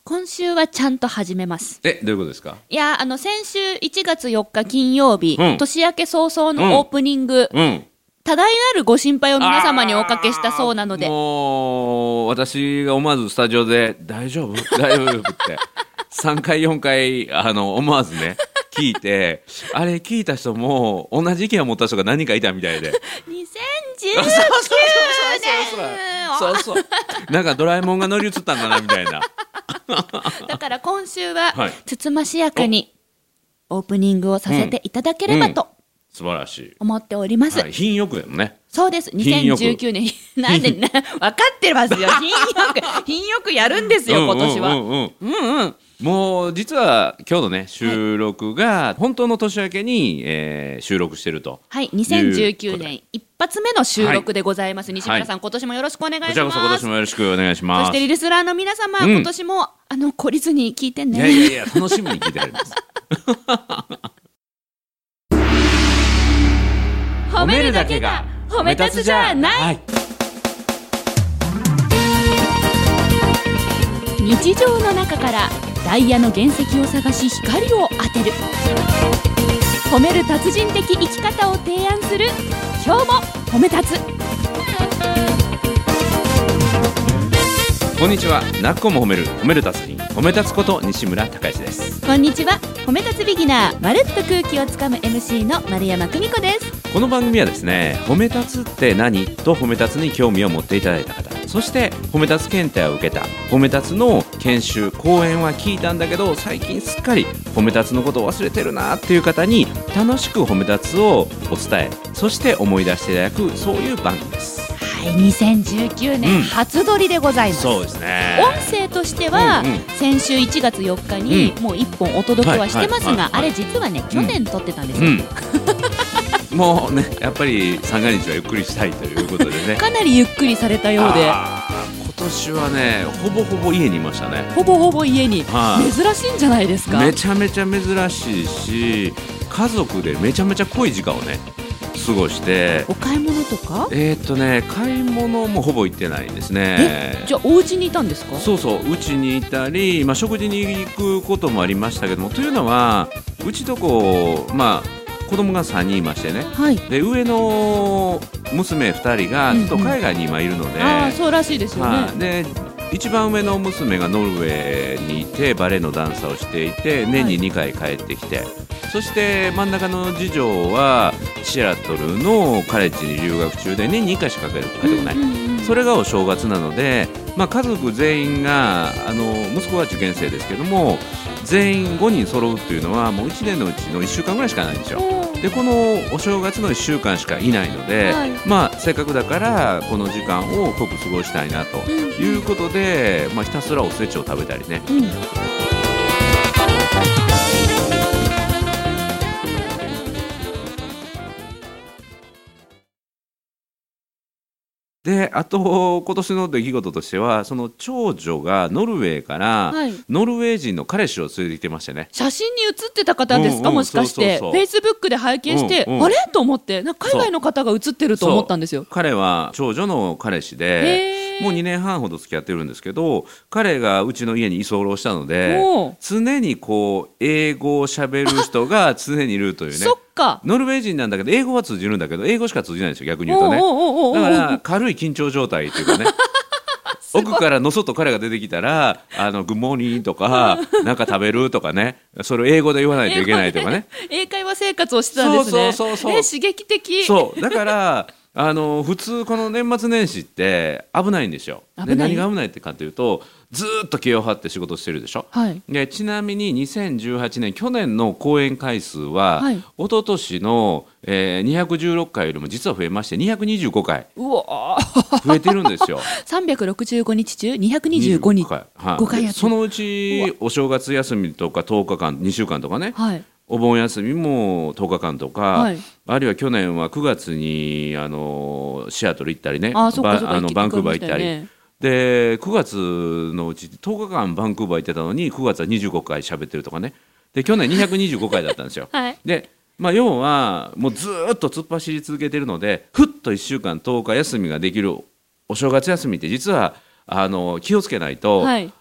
今週はちゃんと始めます。 どういうことですか？ いや、先週1月4日金曜日、年明け早々のオープニング、多大なるご心配を皆様におかけしたそうなので、 もう私が思わずスタジオで大丈夫大丈夫って3回4回思わずね聞いて、あれ聞いた人も同じ意見を持った人が何人かいたみたいで、 2019年そうなんかドラえもんが乗り移ったんだなみたいなだから今週はつつましやかにオープニングをさせていただければと、 素晴らしい思っております。 品よくでもね。 そうです。2019年なんで分かってますよ。品よくやるんですよ今年は。 もう実は今日のね収録が本当の年明けに、収録してると。 はい、2019年一発目の収録でございます。西村さん、今年もよろしくお願いします。 こちらこそ今年もよろしくお願いします。 そしてリスラーの皆様、今年も懲りずに聞いてね。 いや楽しみに聞いてやります褒めるだけが褒め立つじゃない、日常の中からダイヤの原石を探し光を当てる、褒める達人的生き方を提案する、今日も褒め立つ。 こんにちは。なっこも褒める達人、褒め立つこと西村孝之です。 こんにちは。褒め立つビギナー、まるっと空気をつかむ MC の丸山久美子です。 この番組はですね、褒め立つって何と褒め立つに興味を持っていただいた方、そして褒め立つ検定を受けた、褒め立つの研修講演は聞いたんだけど最近すっかり褒め立つのことを忘れてるなっていう方に楽しく褒め立つをお伝え、そして思い出していただく、そういう番組です。 はい、2019年初撮りでございます。 そうですね。 音声としては、先週1月4日にもう1本お届けはしてますが、あれ実はね去年撮ってたんですよ。 もうね、やっぱり三が日はゆっくりしたいということでねかなりゆっくりされたようで、 今年はねほぼほぼ家にいましたね。 ほぼほぼ家に、珍しいんじゃないですか。 めちゃめちゃ珍しいし、家族でめちゃめちゃ濃い時間をね過ごして。 お買い物とか？ 買い物もほぼ行ってないですね。 じゃあお家にいたんですか？ そうそう、うちにいたり、食事に行くこともありましたけども、というのはうちとこ子供が3人いましてね、で上の娘2人がずっと海外に今いるので、 そうらしいですよね。 で一番上の娘がノルウェーにいてバレエのダンサーをしていて、年に2回帰ってきて、そして真ん中の次女はシアトルのカレッジに留学中で年に1回しか帰ってこない、それがお正月なので、家族全員が息子は受験生ですけども全員5人揃うっていうのはもう1年のうちの1週間ぐらいしかないんですよ。でこのお正月の1週間しかいないので、せっかくだからこの時間を濃く過ごしたいなということで、ひたすらおせちを食べたりね、であと今年の出来事としては、その長女がノルウェーから、ノルウェー人の彼氏を連れてきてましてね。 写真に写ってた方ですか？もしかしてフェイスブックで拝見して、あれと思って、海外の方が写ってると思ったんですよ。 彼は長女の彼氏で、もう2年半ほど付き合ってるんですけど、彼がうちの家に居候したので、常に英語を喋る人が常にいるというね。ノルウェー人なんだけど英語は通じるんだけど英語しか通じないんですよ、逆に言うとね。だから軽い緊張状態というかね奥からのそっと彼が出てきたらグッモーニンとかなんか食べるとかね、それを英語で言わないといけないとかね英会話生活をしてたんですね。そう刺激的。 そうだから普通この年末年始って危ないんですよ。で何が危ないってかというと、ずっと気を張って仕事してるでしょ、でちなみに2018年去年の公演回数は、一昨年の、216回よりも実は増えまして225回増えてるんですよ 365日中225日5回やって、 そのうちお正月休みとか10日間2週間とかね、お盆休みも10日間とか、あるいは去年は9月にシアトル行ったりね、バンクーバー行ったり、で9月のうち10日間バンクーバー行ってたのに9月は25回喋ってるとかね。で去年225回だったんですよ、で、要はもうずっと突っ走り続けてるので、ふっと1週間10日休みができるお正月休みって実は気をつけないと、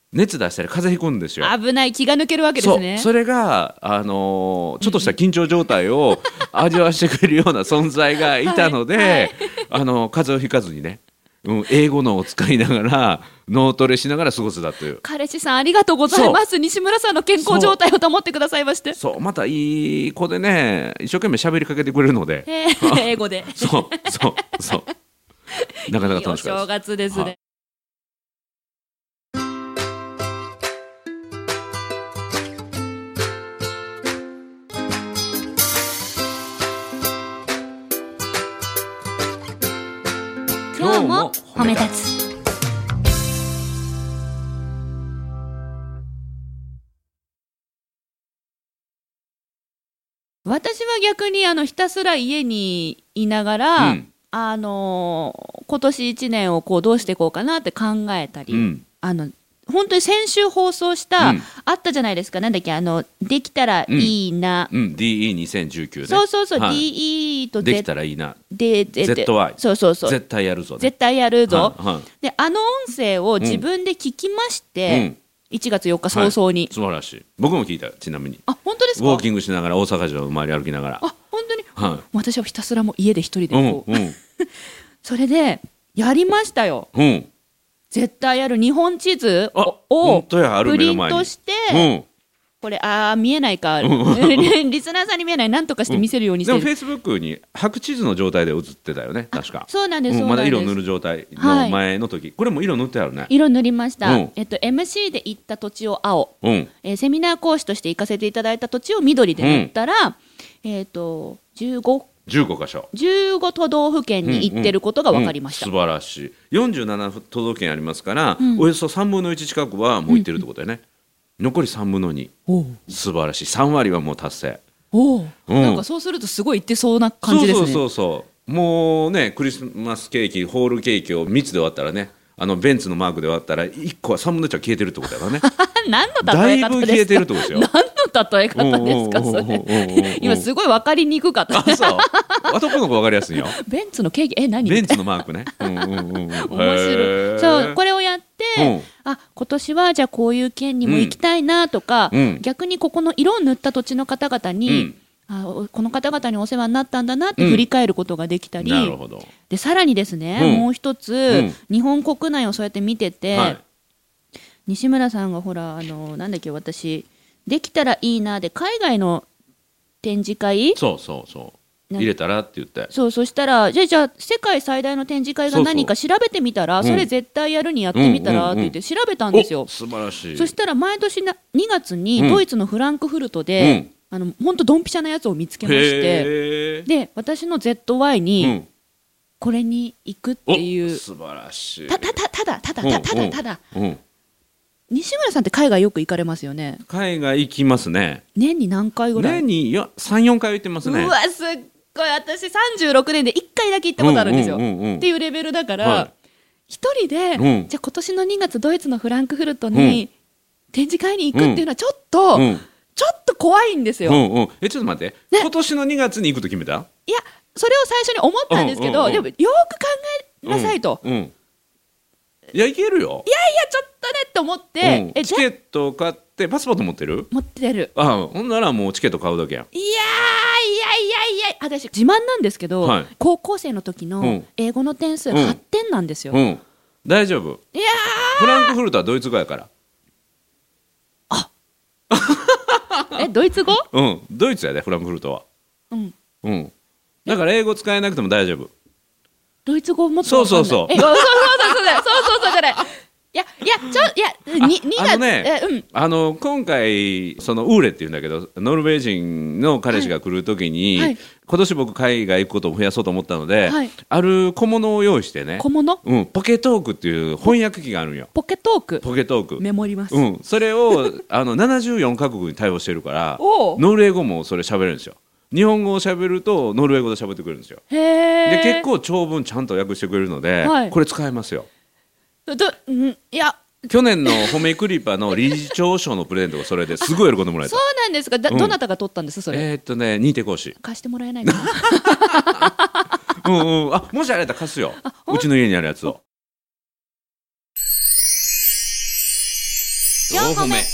熱出したり風邪ひくんですよ。 危ない、気が抜けるわけですね。 それが、ちょっとした緊張状態を味わわせてくれるような存在がいたので、風邪をひかずにね、英語のを使いながら脳トレしながら過ごせたという。 彼氏さんありがとうございます。西村さんの健康状態を保ってくださいまして。 そうまたいい子でね、一生懸命喋りかけてくれるので、 英語でそうなかなか楽しかったです。 いいお正月ですね。今日も褒め立つ。私は逆にひたすら家にいながら、今年1年をこうどうしていこうかなって考えたり、本当に先週放送した、あったじゃないですか、なんだっけ、できたらいいな、 DE2019 ね。 そう、DE とできたらいいなで ZY、 そう絶対やるぞ、 絶対やるぞ、で音声を自分で聞きまして、1月4日早々に、 素晴らしい。僕も聞いた。ちなみに本当ですか。 ウォーキングしながら大阪城を周り歩きながら。 本当に、私はひたすらもう家で一人でこう、それでやりましたよ。絶対ある日本地図をプリントして、これ見えないか、リスナーさんに見えない、なんとかして見せるようにしてる。 でもフェイスブックに白地図の状態で映ってたよね、確か。 そうなんです、 まだ色塗る状態の前の時、これも色塗ってあるね。 色塗りました、MC で行った土地を青、セミナー講師として行かせていただいた土地を緑で塗ったら、15 箇所、 15都道府県に行ってることが分かりました。 素晴らしい。47都道府県ありますから、およそ3分の1近くはもう行ってるってことだよね。残り3分の2、素晴らしい。3割はもう達成。 なんかそうするとすごい行ってそうな感じですね。 そうもうね、クリスマスケーキ、ホールケーキを3つで終わったらね、ベンツのマークで終わったら1個は3分の1は消えてるってことだからね。 何の例え方ですか。 だいぶ消えてるってことですよ。 何の例え方ですかそれ。今すごい分かりにくかった。 そう男の子分かりやすいよ。 ベンツのケーキ、何ベンツのマークね。 面白い。そう、これをやって、今年はじゃあこういう県にも行きたいなとか、逆にここの色を塗った土地の方々に、この方々にお世話になったんだなって振り返ることができたり、でさらにですね、もう一つ、日本国内をそうやって見てて、西村さんがほらなんだっけ、私できたらいいなで海外の展示会、入れたらって言って、そしたらじゃあ世界最大の展示会が何か調べてみたら、それ絶対やるにやってみたらって言って調べたんですよ。 素晴らしい。 そしたら毎年2月にドイツのフランクフルトで、ほんとドンピシャなやつを見つけまして、で私の ZY に、これに行くっていう。 素晴らしい。 ただ、西村さんって海外よく行かれますよね。 海外行きますね。 年に何回ぐらい。 年に3、4回行ってますね。 うわすっごい。私36年で1回だけ行ったことあるんですよ、っていうレベルだから、一人で、じゃあ今年の2月ドイツのフランクフルトに展示会に行くっていうのはちょっと怖いんですよ。 ちょっと待って、今年の2月に行くと決めた。 いや、それを最初に思ったんですけど、でもよく考えなさいと、 いやいけるよ。 いやちょっとねって思って、 チケット買って。パスポート持ってる？ 持ってる。 ほんならもうチケット買うだけやん。 いや私自慢なんですけど、高校生の時の英語の点数8点なんですよ。 大丈夫。 いやフランクフルトはドイツ語やから。 ドイツ語？ ドイツやでフランクフルトは。だから英語使えなくても大丈夫。 ドイツ語もっと分かんない。そうそれ。 今回そのウーレっていうんだけど、ノルウェー人の彼氏が来る時に、今年僕海外行くことも増やそうと思ったので、ある小物を用意してね。 小物？ ポケトークっていう翻訳機があるんよ。 ポケトークメモります。 それを74カ国に対応してるからノルウェー語もそれ喋れるんですよ。日本語を喋るとノルウェー語で喋ってくれるんですよ。で結構長文ちゃんと訳してくれるので、これ使えますよ。 いや去年の褒めクリパの理事長賞のプレゼントがそれですごい喜んでもらえた。 そうなんですか。どなたが取ったんですそれ。 認定講師貸してもらえないかな。 もしあれやったら貸すよ。うちの家にあるやつを。 4歩目。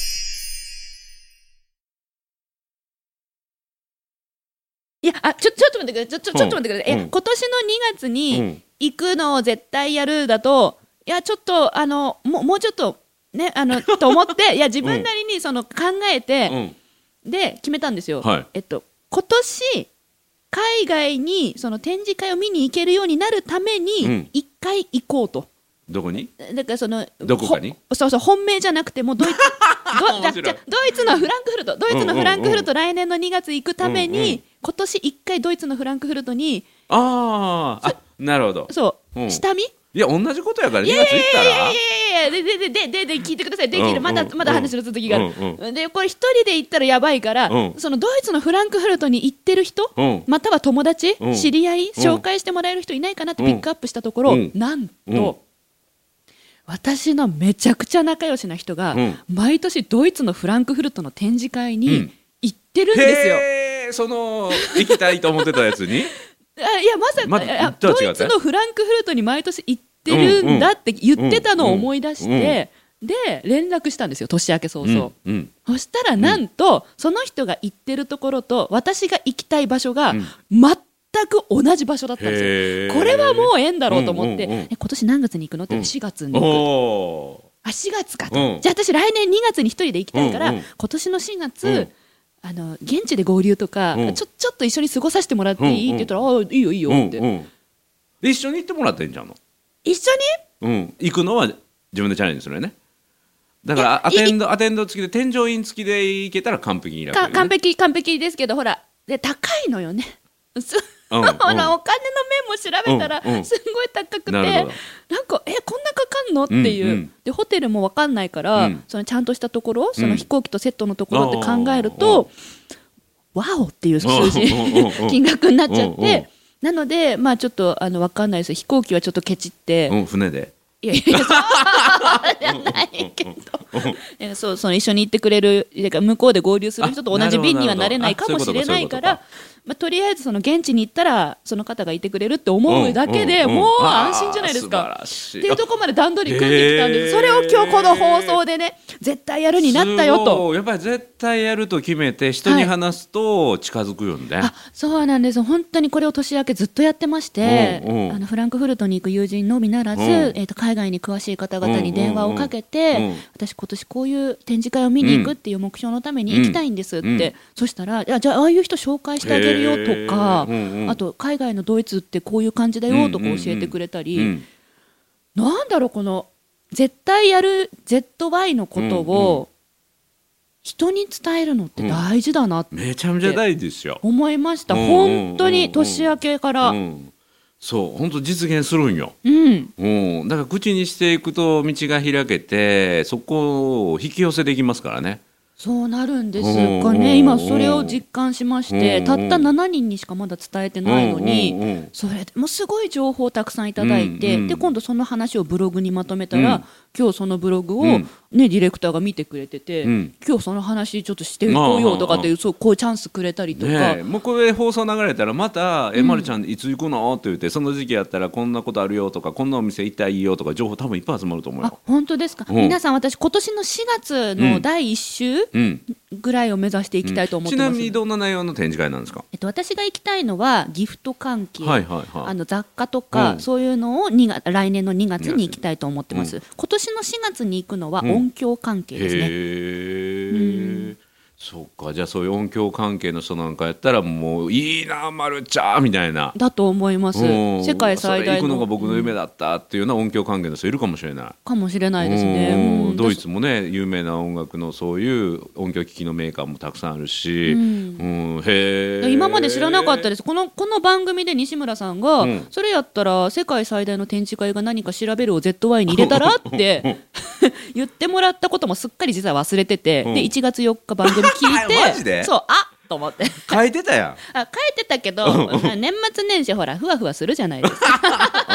いや、ちょっと待ってください。ちょっと待ってください。今年の2月に行くのを絶対やるだと、いや、ちょっと、もうちょっと、ね、と思って、いや、自分なりに考えて、で、決めたんですよ。 はい、 今年、海外に展示会を見に行けるようになるために、一回行こうと。 どこに？ だからどこかに？ そう本命じゃなくてもドイツドイツのフランクフルト、来年の2月行くために、今年1回ドイツのフランクフルトになるほど。 そう、下見？ いや同じことやから2月行ったら。 で聞いてください。できる、まだ話の続きがある。でこれ一人で行ったらやばいから、ドイツのフランクフルトに行ってる人、または友達、知り合い、紹介してもらえる人いないかなってピックアップしたところ、なんと私のめちゃくちゃ仲良しな人が、毎年ドイツのフランクフルトの展示会に行ってるんですよ。 行きたいと思ってたやつにいやまさか、ドイツのフランクフルトに毎年行ってるんだって言ってたのを思い出して、で連絡したんですよ、年明け早々。そしたらなんと、その人が行ってるところと私が行きたい場所が全く同じ場所だったんですよ。これはもう縁だろうと思って、今年何月に行くのって4月に行く。4月かと。じゃあ私来年2月に一人で行きたいから、今年の4月、現地で合流とか、ちょっと一緒に過ごさせてもらっていいって言ったら、いいよいいよって、 一緒に行ってもらってんじゃんの。 一緒に、 行くのは自分でチャレンジするよね。だからアテンド付きで添乗員付きで行けたら完璧に楽よね。 完璧ですけど、ほらで高いのよね。お金の面も調べたらすごい高くて、なんかこんなかかんのっていう、でホテルも分かんないから、ちゃんとしたところ、飛行機とセットのところって考えると、ワオっていう数字金額になっちゃって、なのでちょっと分かんないです。飛行機はちょっとケチって、 船で、 いやそうじゃないけどそう一緒に行ってくれる、向こうで合流する人と同じ便にはなれないかもしれないから、とりあえず現地に行ったらその方がいてくれるって思うだけで、もう安心じゃないですかっていうところまで段取り組んできたんです。それを今日この放送でね、絶対やるになったよと。 やっぱり絶対やると決めて人に話すと近づくよね。 そうなんです。本当にこれを年明けずっとやってまして、フランクフルトに行く友人のみならず、海外に詳しい方々に電話をかけて、私今年こういう展示会を見に行くっていう目標のために行きたいんですって、そしたら、じゃあああいう人紹介してあげるよとか、あと海外のドイツってこういう感じだよとか教えてくれたり、なんだろう、この絶対やる ZY のことを人に伝えるのって大事だなって、 めちゃめちゃ大事ですよ、 思いました。本当に年明けから、 そう本当実現するんよ。だから口にしていくと道が開けて、そこを引き寄せできますからね。 そうなるんですかね。今それを実感しまして、たった7人にしかまだ伝えてないのに、それもすごい情報をたくさんいただいて、で今度その話をブログにまとめたら、今日そのブログを、ディレクターが見てくれてて、今日その話ちょっとしていこうよとかっていう、こうチャンスくれたりとか、 もうこれ放送流れたらまた「まるちゃんいつ行くの?」って言って、その時期やったらこんなことあるよとか、こんなお店行ったらいいよとか情報多分いっぱい集まると思うよ。 本当ですか。皆さん、私今年の4月の第1週ぐらいを目指していきたいと思ってます。 ちなみにどんな内容の展示会なんですか？ 私が行きたいのはギフト関係、雑貨とか、そういうのを来年の2月に行きたいと思ってます。今年の4月に行くのは音響関係ですね。 そうか。じゃあそういう音響関係の人なんかやったら、もういいなまるちゃんみたいなだと思います。世界最大の行くのが僕の夢だったっていうような音響関係の人いるかもしれない。 かもしれないですね。 ドイツもね、有名な音楽のそういう音響機器のメーカーもたくさんあるし、 今まで知らなかったです。この番組で西村さんが、それやったら世界最大の展示会が何か調べるを ZY に入れたらって言ってもらったこともすっかり実は忘れてて、で1月4日番組聞いてマジで？ そう、と思って書いてたやん。 書いてたけど年末年始ほらふわふわするじゃないですか。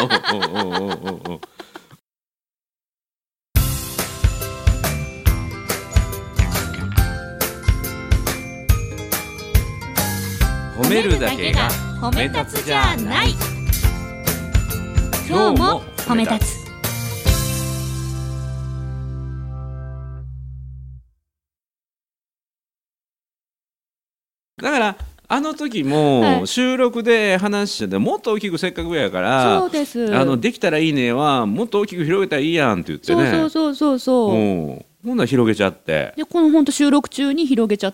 褒めるだけが褒め立つじゃない。今日も褒め立つ。 だからあの時も収録で話してて、もっと大きくせっかくやから、 そうです。 できたらいいねはもっと大きく広げたらいいやんって言ってね。 そうほんなら広げちゃって、 でこの本当収録中に広げちゃって、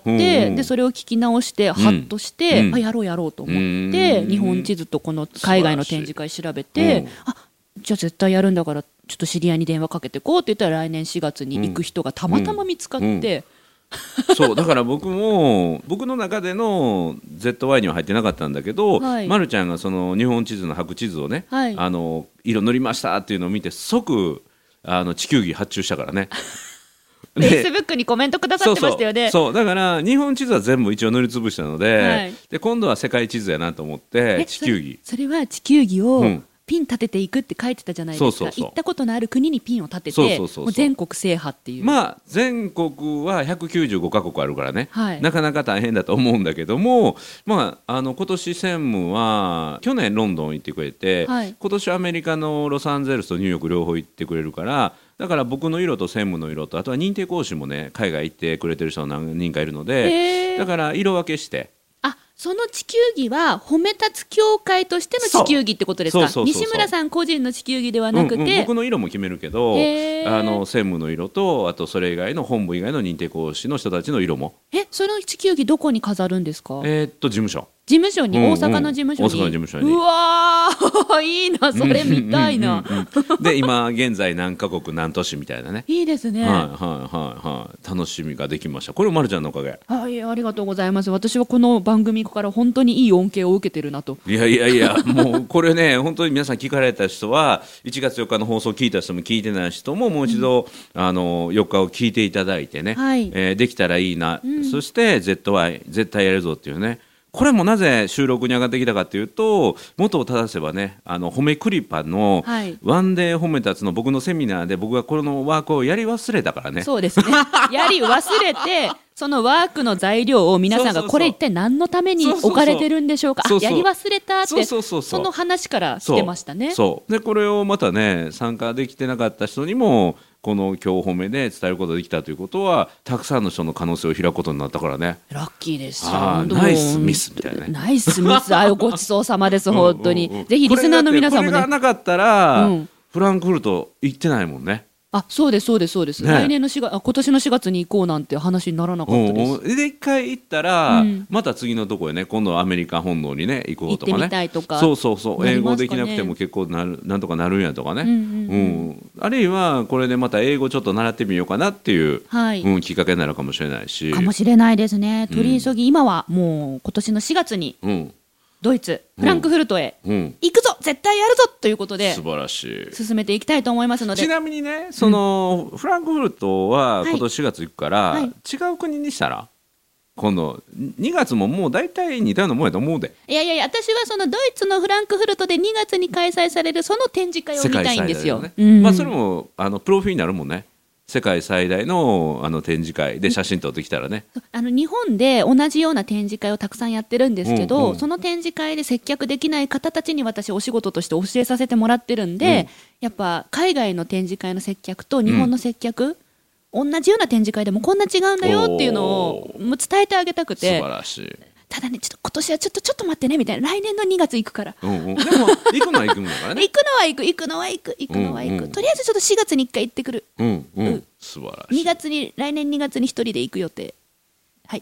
でそれを聞き直してハッとして、やろうと思って、日本地図とこの海外の展示会調べて、じゃあ絶対やるんだからちょっと知り合いに電話かけてこうって言ったら、来年4月に行く人がたまたま見つかって、 そうだから僕の中での ZY には入ってなかったんだけど、まるちゃんがその日本地図の白地図をね、色塗りましたっていうのを見て即地球儀発注したからね。 フェイスブックにコメントくださってましたよね。 そうだから日本地図は全部一応塗りつぶしたので、で今度は世界地図やなと思って地球儀、 それは地球儀を、ピン立てていくって書いてたじゃないですか。行ったことのある国にピンを立てて、もう全国制覇っていう。 まあ全国は195カ国あるからね、なかなか大変だと思うんだけども、今年専務は去年ロンドン行ってくれて、今年アメリカのロサンゼルスとニューヨーク両方行ってくれるから、だから僕の色と専務の色と、あとは認定講師もね海外行ってくれてる人何人かいるので、だから色分けして。 その地球儀は褒め立つ協会としての地球儀ってことですか？西村さん個人の地球儀ではなくて、 僕の色も決めるけど、専務の色と、あとそれ以外の本部以外の認定講師の人たちの色も。 その地球儀どこに飾るんですか？ 事務所に、大阪の事務所に。 大阪の事務所に。 うわーいいな、それ見たいな。 で今現在何カ国何都市みたいなね。 いいですね。 楽しみができました。これまるちゃんのおかげ。 ありがとうございます。私はこの番組から本当にいい恩恵を受けてるなと。 いやもうこれね本当に皆さん聞かれた人は1月4日の放送を聞いた人も聞いてない人ももう一度、4日を聞いていただいてね、できたらいいな、そして ZY 絶対やるぞっていうね。これもなぜ収録に上がってきたかというと、元を正せばね、褒めクリパのワンデー褒め立つの僕のセミナーで僕がこのワークをやり忘れたからね。 そうですね。やり忘れてそのワークの材料を皆さんがこれ一体何のために置かれてるんでしょうか、やり忘れたってその話からしてましたね。 でこれをまたね参加できてなかった人にもこの今日褒めで伝えることができたということは、たくさんの人の可能性を開くことになったからね。 ラッキーですよ。 ナイスミスみたいなね。 ナイスミス、ごちそうさまです本当に。ぜひリスナーの皆さんもね。 これがなかったら、フランクフルト行ってないもんね。 そうです、来年の今年の4月に行こうなんて話にならなかったです。 で一回行ったら、また次のとこへね、今度はアメリカ本土にね行こうとかね、 行ってみたいとか、 英語できなくても結構なんとかなるんやとかね、あるいはこれでまた英語ちょっと習ってみようかなっていう、きっかけになるかもしれないし。 かもしれないですね。取り急ぎ、今はもう今年の4月に、ドイツフランクフルトへ行くぞ、絶対やるぞということで素晴らしい進めていきたいと思いますので。 ちなみにね、そのフランクフルトは今年4月行くから、違う国にしたら今度2月ももう大体似たようなもんやと思うで。 いや私はそのドイツのフランクフルトで2月に開催されるその展示会を見たいんですよ。 それもプロフィールになるもんね。世界最大の展示会で写真撮ってきたらね。 日本で同じような展示会をたくさんやってるんですけど、その展示会で接客できない方たちに私お仕事として教えさせてもらってるんで、やっぱ海外の展示会の接客と日本の接客、同じような展示会でもこんな違うんだよっていうのを伝えてあげたくて。 素晴らしい。 ただね、ちょっと今年はちょっと待ってねみたいな、来年の2月行くから。 でも行くのは行くんだからね。 行くのは行く。とりあえずちょっと4月に1回行ってくる。 素晴らしい。 来年2月に1人で行く予定。はい。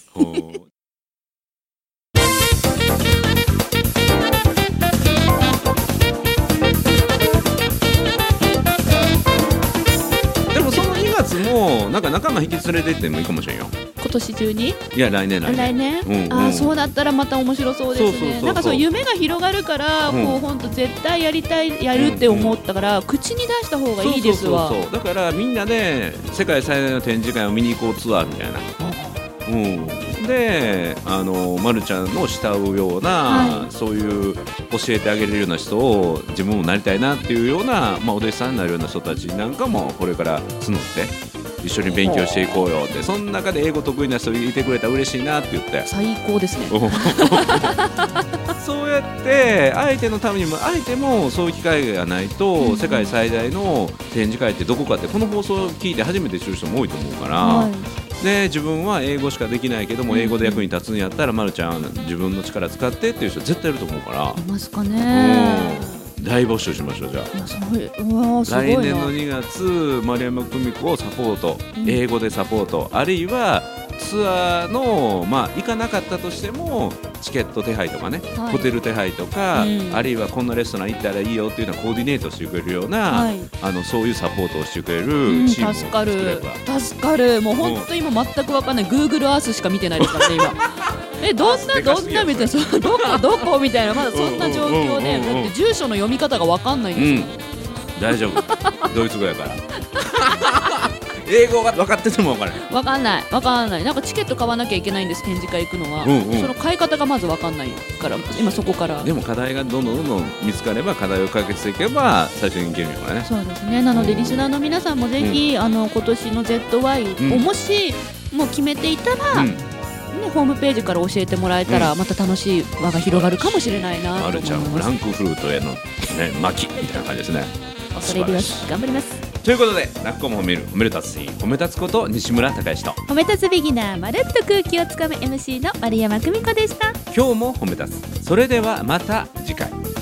でもその2月もなんか仲間引き連れてってもいいかもしれんよ。 今年中に？ いや来年。 そうだったらまた面白そうですね。なんかそう夢が広がるから、こう本当絶対やるって思ったから、口に出した方がいいですわ。 だからみんなで世界最大の展示会を見に行こうツアーみたいな。でまるちゃんの慕うような、そういう教えてあげれるような人を自分もなりたいなっていうような、お弟子さんになるような人たちなんかもこれから募って一緒に勉強していこうよって、その中で英語得意な人いてくれたら嬉しいなって言って。 最高ですね。 そうやって相手のためにも、相手もそういう機会がないと、世界最大の展示会ってどこかってこの放送を聞いて初めて知る人も多いと思うから、 で自分は英語しかできないけども英語で役に立つんやったら、まるちゃん自分の力使ってっていう人絶対いると思うから、 いますかね。 大募集しましょう。じゃあすごい、うわすごいな。 来年の2月丸山久美子をサポート、英語でサポート、あるいはツアーの、行かなかったとしてもチケット手配とかね、ホテル手配とか、あるいはこんなレストラン行ったらいいよっていうのをコーディネートしてくれるような、そういうサポートをしてくれるチームを作れば、 助かる。もう本当今全く分かんない Google Earth しか見てないですからね今どんなみたいな、どこみたいな、まだそんな状況で、だって住所の読み方が分かんないんですよ。 大丈夫ドイツ語やから英語が分かってても分からない。 分かんない。なんかチケット買わなきゃいけないんです、展示会行くのは。その買い方がまず分かんないから今そこから。 でも課題がどんどん見つかれば、課題を解決していけば最初にいけるよね。 そうですね。なのでリスナーの皆さんもぜひ、今年の ZY をもしもう決めていたら、ホームページから教えてもらえたら、また楽しい輪が広がるかもしれないなと思います。 まるちゃんフランクフルートへの、巻みたいな感じですね。 恐れ入ります。頑張ります。 ということで、泣く子も褒める、褒める達人、褒め立つこと西村孝之と褒め立つビギナー、まるっと空気をつかむ MC の丸山久美子でした。 今日も褒め立つ。それではまた次回。